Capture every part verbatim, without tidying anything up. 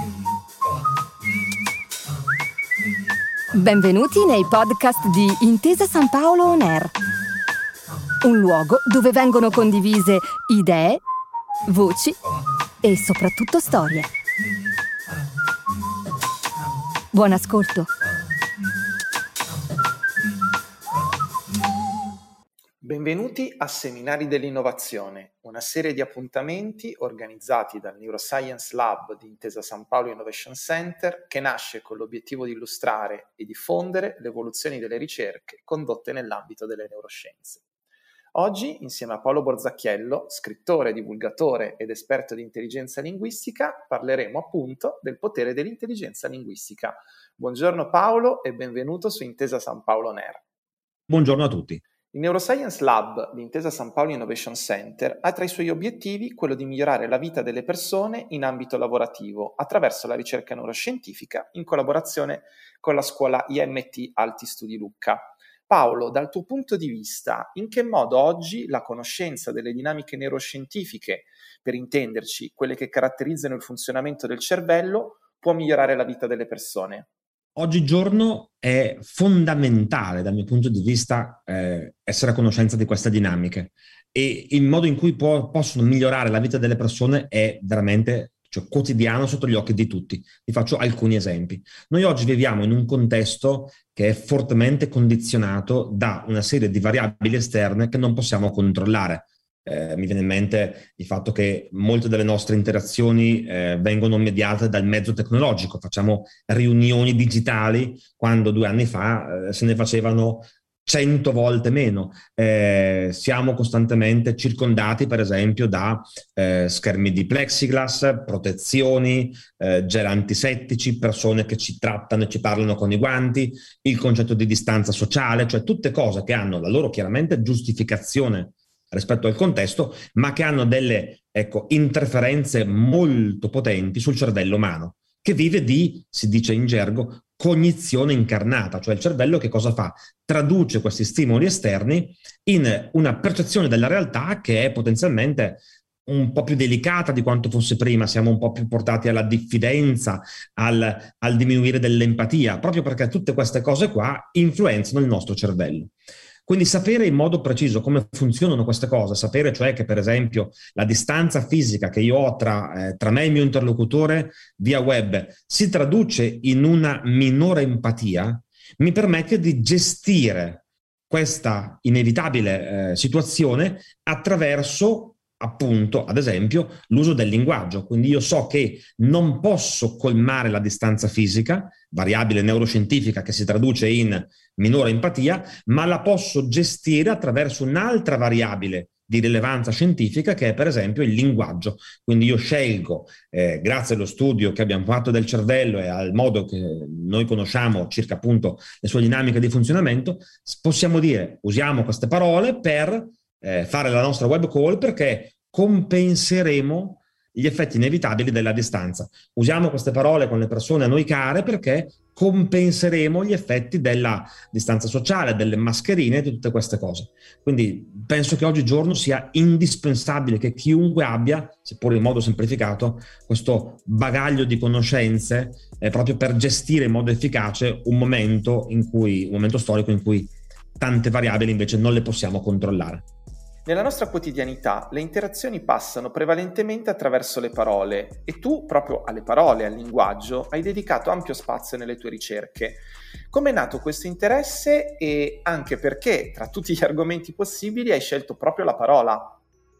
Benvenuti nei podcast di Intesa San Paolo On Air, un luogo dove vengono condivise idee, voci e soprattutto storie. Buon ascolto. Benvenuti a Seminari dell'Innovazione, una serie di appuntamenti organizzati dal Neuroscience Lab di Intesa San Paolo Innovation Center che nasce con l'obiettivo di illustrare e diffondere le evoluzioni delle ricerche condotte nell'ambito delle neuroscienze. Oggi, insieme a Paolo Borzacchiello, scrittore, divulgatore ed esperto di intelligenza linguistica, parleremo appunto del potere dell'intelligenza linguistica. Buongiorno Paolo e benvenuto su Intesa San Paolo On Air. Buongiorno a tutti. Il Neuroscience Lab di Intesa San Paolo Innovation Center ha tra i suoi obiettivi quello di migliorare la vita delle persone in ambito lavorativo attraverso la ricerca neuroscientifica in collaborazione con la scuola I M T Alti Studi Lucca. Paolo, dal tuo punto di vista, in che modo oggi la conoscenza delle dinamiche neuroscientifiche, per intenderci quelle che caratterizzano il funzionamento del cervello, può migliorare la vita delle persone? Oggigiorno è fondamentale dal mio punto di vista eh, essere a conoscenza di queste dinamiche e il modo in cui può, possono migliorare la vita delle persone è veramente cioè, quotidiano sotto gli occhi di tutti. Vi faccio alcuni esempi. Noi oggi viviamo in un contesto che è fortemente condizionato da una serie di variabili esterne che non possiamo controllare. Eh, mi viene in mente il fatto che molte delle nostre interazioni eh, vengono mediate dal mezzo tecnologico. Facciamo riunioni digitali quando due anni fa eh, se ne facevano cento volte meno. Eh, siamo costantemente circondati, per esempio, da eh, schermi di plexiglass, protezioni, eh, gel antisettici, persone che ci trattano e ci parlano con i guanti, il concetto di distanza sociale, cioè tutte cose che hanno la loro chiaramente giustificazione rispetto al contesto, ma che hanno delle ecco, interferenze molto potenti sul cervello umano, che vive di, si dice in gergo, cognizione incarnata, cioè il cervello che cosa fa? Traduce questi stimoli esterni in una percezione della realtà che è potenzialmente un po' più delicata di quanto fosse prima, siamo un po' più portati alla diffidenza, al, al diminuire dell'empatia, proprio perché tutte queste cose qua influenzano il nostro cervello. Quindi sapere in modo preciso come funzionano queste cose, sapere cioè che per esempio la distanza fisica che io ho tra, eh, tra me e il mio interlocutore via web si traduce in una minore empatia, mi permette di gestire questa inevitabile eh, situazione attraverso appunto, ad esempio, l'uso del linguaggio. Quindi io so che non posso colmare la distanza fisica, variabile neuroscientifica che si traduce in minore empatia, ma la posso gestire attraverso un'altra variabile di rilevanza scientifica che è per esempio il linguaggio. Quindi io scelgo, eh, grazie allo studio che abbiamo fatto del cervello e al modo che noi conosciamo circa appunto le sue dinamiche di funzionamento, possiamo dire, usiamo queste parole per eh, fare la nostra web call perché compenseremo gli effetti inevitabili della distanza. Usiamo queste parole con le persone a noi care perché compenseremo gli effetti della distanza sociale, delle mascherine e di tutte queste cose. Quindi penso che oggigiorno sia indispensabile che chiunque abbia, seppur in modo semplificato, questo bagaglio di conoscenze eh, proprio per gestire in modo efficace un momento in cui, un momento storico in cui tante variabili invece non le possiamo controllare. Nella nostra quotidianità le interazioni passano prevalentemente attraverso le parole e tu, proprio alle parole, al linguaggio, hai dedicato ampio spazio nelle tue ricerche. Come è nato questo interesse e anche perché, tra tutti gli argomenti possibili, hai scelto proprio la parola?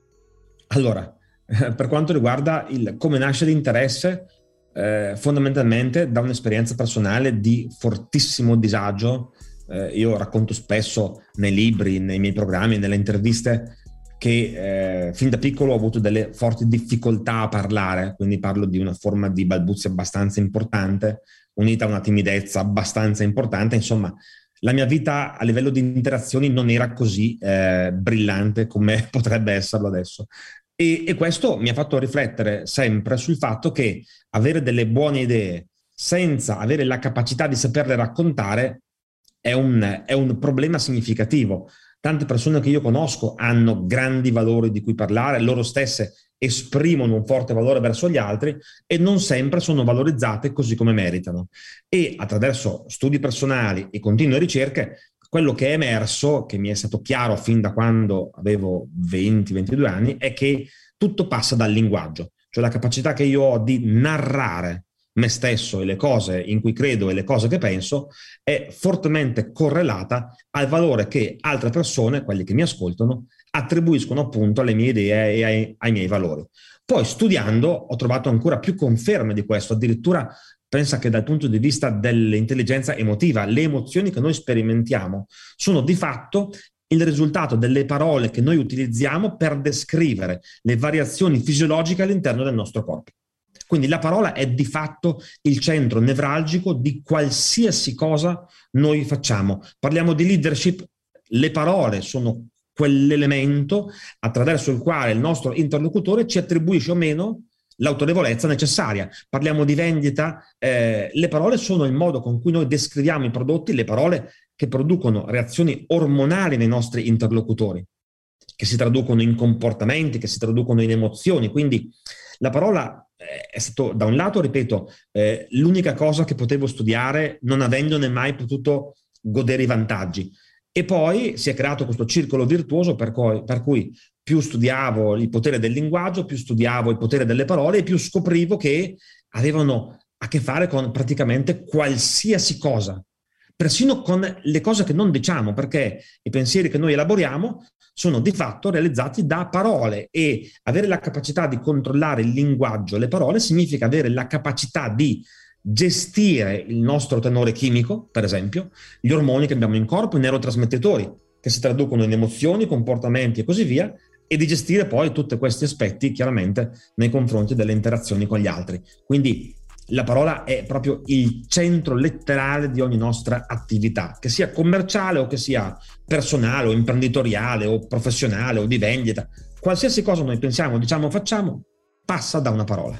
Allora, per quanto riguarda il come nasce l'interesse, eh, fondamentalmente da un'esperienza personale di fortissimo disagio. Eh, io racconto spesso nei libri, nei miei programmi, nelle interviste che eh, fin da piccolo ho avuto delle forti difficoltà a parlare, quindi parlo di una forma di balbuzia abbastanza importante, unita a una timidezza abbastanza importante. Insomma, la mia vita a livello di interazioni non era così eh, brillante come potrebbe esserlo adesso. E, e questo mi ha fatto riflettere sempre sul fatto che avere delle buone idee senza avere la capacità di saperle raccontare è un, è un problema significativo. Tante persone che io conosco hanno grandi valori di cui parlare, loro stesse esprimono un forte valore verso gli altri e non sempre sono valorizzate così come meritano. E attraverso studi personali e continue ricerche, quello che è emerso, che mi è stato chiaro fin da quando avevo venti ventidue anni, è che tutto passa dal linguaggio, cioè la capacità che io ho di narrare me stesso e le cose in cui credo e le cose che penso è fortemente correlata al valore che altre persone, quelli che mi ascoltano, attribuiscono appunto alle mie idee e ai, ai miei valori. Poi studiando ho trovato ancora più conferme di questo, addirittura pensa che dal punto di vista dell'intelligenza emotiva, le emozioni che noi sperimentiamo sono di fatto il risultato delle parole che noi utilizziamo per descrivere le variazioni fisiologiche all'interno del nostro corpo. Quindi la parola è di fatto il centro nevralgico di qualsiasi cosa noi facciamo. Parliamo di leadership, le parole sono quell'elemento attraverso il quale il nostro interlocutore ci attribuisce o meno l'autorevolezza necessaria. Parliamo di vendita, eh, le parole sono il modo con cui noi descriviamo i prodotti, le parole che producono reazioni ormonali nei nostri interlocutori, che si traducono in comportamenti, che si traducono in emozioni. Quindi la parola è stato, da un lato, ripeto, eh, l'unica cosa che potevo studiare non avendone mai potuto godere i vantaggi. E poi si è creato questo circolo virtuoso per cui, per cui più studiavo il potere del linguaggio, più studiavo il potere delle parole e più scoprivo che avevano a che fare con praticamente qualsiasi cosa, persino con le cose che non diciamo, perché i pensieri che noi elaboriamo sono di fatto realizzati da parole e avere la capacità di controllare il linguaggio, le parole, significa avere la capacità di gestire il nostro tenore chimico, per esempio, gli ormoni che abbiamo in corpo, i neurotrasmettitori, che si traducono in emozioni, comportamenti e così via, e di gestire poi tutti questi aspetti chiaramente nei confronti delle interazioni con gli altri. Quindi la parola è proprio il centro letterale di ogni nostra attività, che sia commerciale o che sia personale o imprenditoriale o professionale o di vendita. Qualsiasi cosa noi pensiamo, diciamo, facciamo, passa da una parola.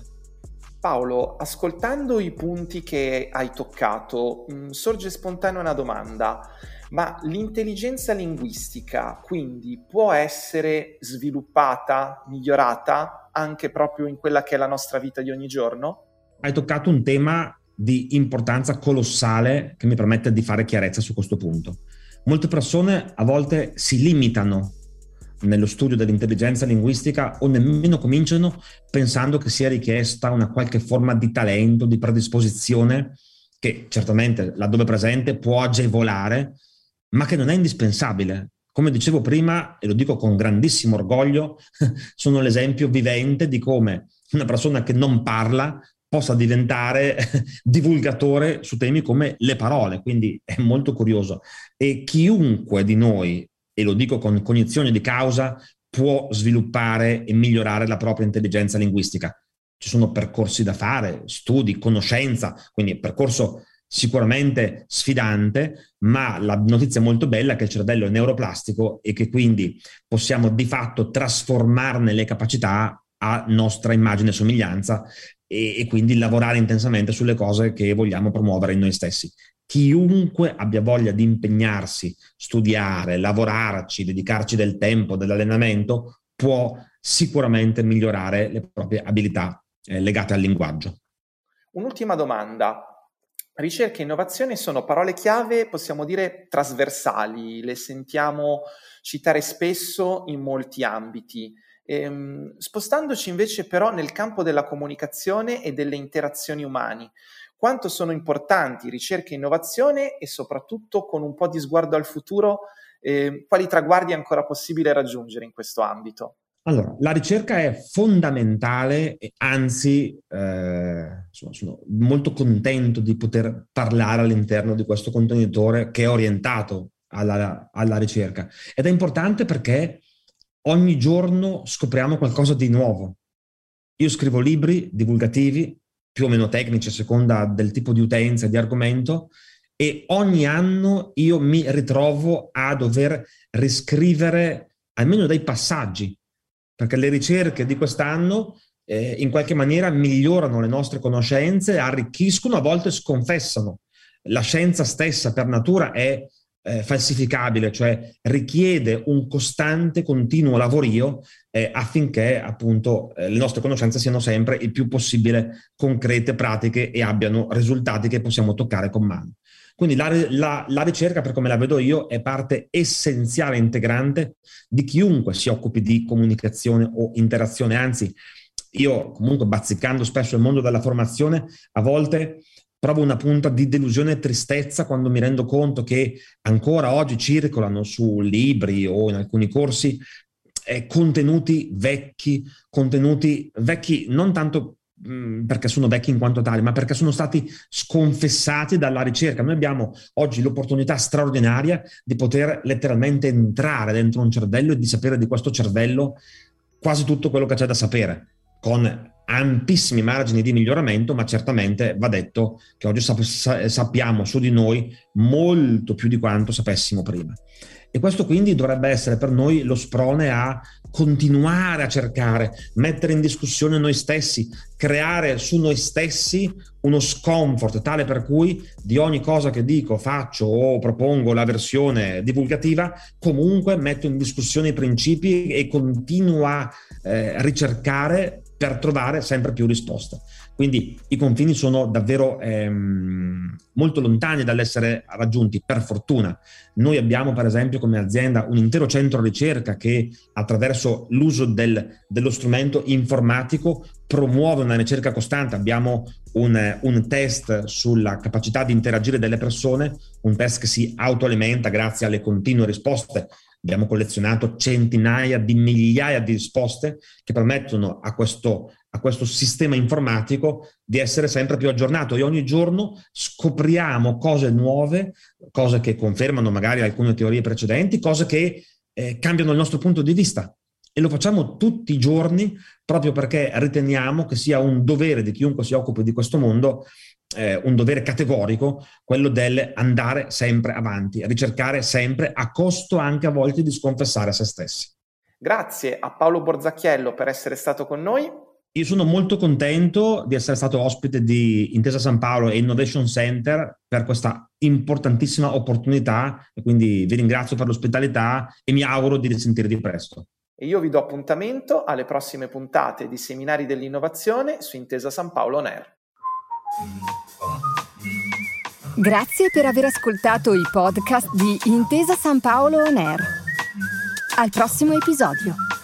Paolo, ascoltando i punti che hai toccato, mh, sorge spontanea una domanda. Ma l'intelligenza linguistica quindi può essere sviluppata, migliorata anche proprio in quella che è la nostra vita di ogni giorno? Hai toccato un tema di importanza colossale che mi permette di fare chiarezza su questo punto. Molte persone a volte si limitano nello studio dell'intelligenza linguistica o nemmeno cominciano pensando che sia richiesta una qualche forma di talento, di predisposizione che certamente laddove presente può agevolare, ma che non è indispensabile. Come dicevo prima, e lo dico con grandissimo orgoglio, sono l'esempio vivente di come una persona che non parla possa diventare divulgatore su temi come le parole, quindi è molto curioso. E chiunque di noi, e lo dico con cognizione di causa, può sviluppare e migliorare la propria intelligenza linguistica. Ci sono percorsi da fare, studi, conoscenza, quindi percorso sicuramente sfidante, ma la notizia molto bella è che il cervello è neuroplastico e che quindi possiamo di fatto trasformarne le capacità a nostra immagine e somiglianza e, e quindi lavorare intensamente sulle cose che vogliamo promuovere in noi stessi. Chiunque abbia voglia di impegnarsi, studiare, lavorarci, dedicarci del tempo, dell'allenamento, può sicuramente migliorare le proprie abilità eh, legate al linguaggio. Un'ultima domanda. Ricerca e innovazione sono parole chiave, possiamo dire, trasversali, le sentiamo citare spesso in molti ambiti. Ehm, spostandoci invece però nel campo della comunicazione e delle interazioni umane, quanto sono importanti ricerca e innovazione e soprattutto con un po' di sguardo al futuro, eh, quali traguardi è ancora possibile raggiungere in questo ambito? Allora, la ricerca è fondamentale e anzi eh, sono, sono molto contento di poter parlare all'interno di questo contenitore che è orientato alla, alla ricerca. Ed è importante perché ogni giorno scopriamo qualcosa di nuovo. Io scrivo libri divulgativi, più o meno tecnici a seconda del tipo di utenza e di argomento, e ogni anno io mi ritrovo a dover riscrivere almeno dei passaggi, perché le ricerche di quest'anno eh, in qualche maniera migliorano le nostre conoscenze, arricchiscono, a volte sconfessano. La scienza stessa per natura è eh, falsificabile, cioè richiede un costante, continuo lavorio eh, affinché appunto eh, le nostre conoscenze siano sempre il più possibile concrete, pratiche e abbiano risultati che possiamo toccare con mano. Quindi la, la, la ricerca, per come la vedo io, è parte essenziale e integrante di chiunque si occupi di comunicazione o interazione. Anzi, io comunque, bazzicando spesso il mondo della formazione, a volte provo una punta di delusione e tristezza quando mi rendo conto che ancora oggi circolano su libri o in alcuni corsi eh, contenuti vecchi, contenuti vecchi non tanto perché sono vecchi in quanto tali, ma perché sono stati sconfessati dalla ricerca. Noi abbiamo oggi l'opportunità straordinaria di poter letteralmente entrare dentro un cervello e di sapere di questo cervello quasi tutto quello che c'è da sapere, con ampissimi margini di miglioramento, ma certamente va detto che oggi sap- sappiamo su di noi molto più di quanto sapessimo prima. E questo quindi dovrebbe essere per noi lo sprone a continuare a cercare, mettere in discussione noi stessi, creare su noi stessi uno scomfort tale per cui di ogni cosa che dico, faccio o propongo la versione divulgativa, comunque metto in discussione i principi e continuo a eh, ricercare per trovare sempre più risposte. Quindi i confini sono davvero ehm, molto lontani dall'essere raggiunti, per fortuna. Noi abbiamo per esempio come azienda un intero centro ricerca che attraverso l'uso del, dello strumento informatico promuove una ricerca costante. Abbiamo un, un test sulla capacità di interagire delle persone, un test che si autoalimenta grazie alle continue risposte. Abbiamo collezionato centinaia di migliaia di risposte che permettono a questo, a questo sistema informatico di essere sempre più aggiornato, e ogni giorno scopriamo cose nuove, cose che confermano magari alcune teorie precedenti, cose che eh, cambiano il nostro punto di vista. E lo facciamo tutti i giorni proprio perché riteniamo che sia un dovere di chiunque si occupi di questo mondo, Eh, un dovere categorico, quello del andare sempre avanti, ricercare sempre, a costo anche a volte di sconfessare a se stessi. Grazie a Paolo Borzacchiello per essere stato con noi. Io sono molto contento di essere stato ospite di Intesa San Paolo e Innovation Center per questa importantissima opportunità, e quindi vi ringrazio per l'ospitalità e mi auguro di risentirvi presto. E io vi do appuntamento alle prossime puntate di Seminari dell'Innovazione su Intesa San Paolo On Air. Grazie per aver ascoltato i podcast di Intesa San Paolo On Air. Al prossimo episodio.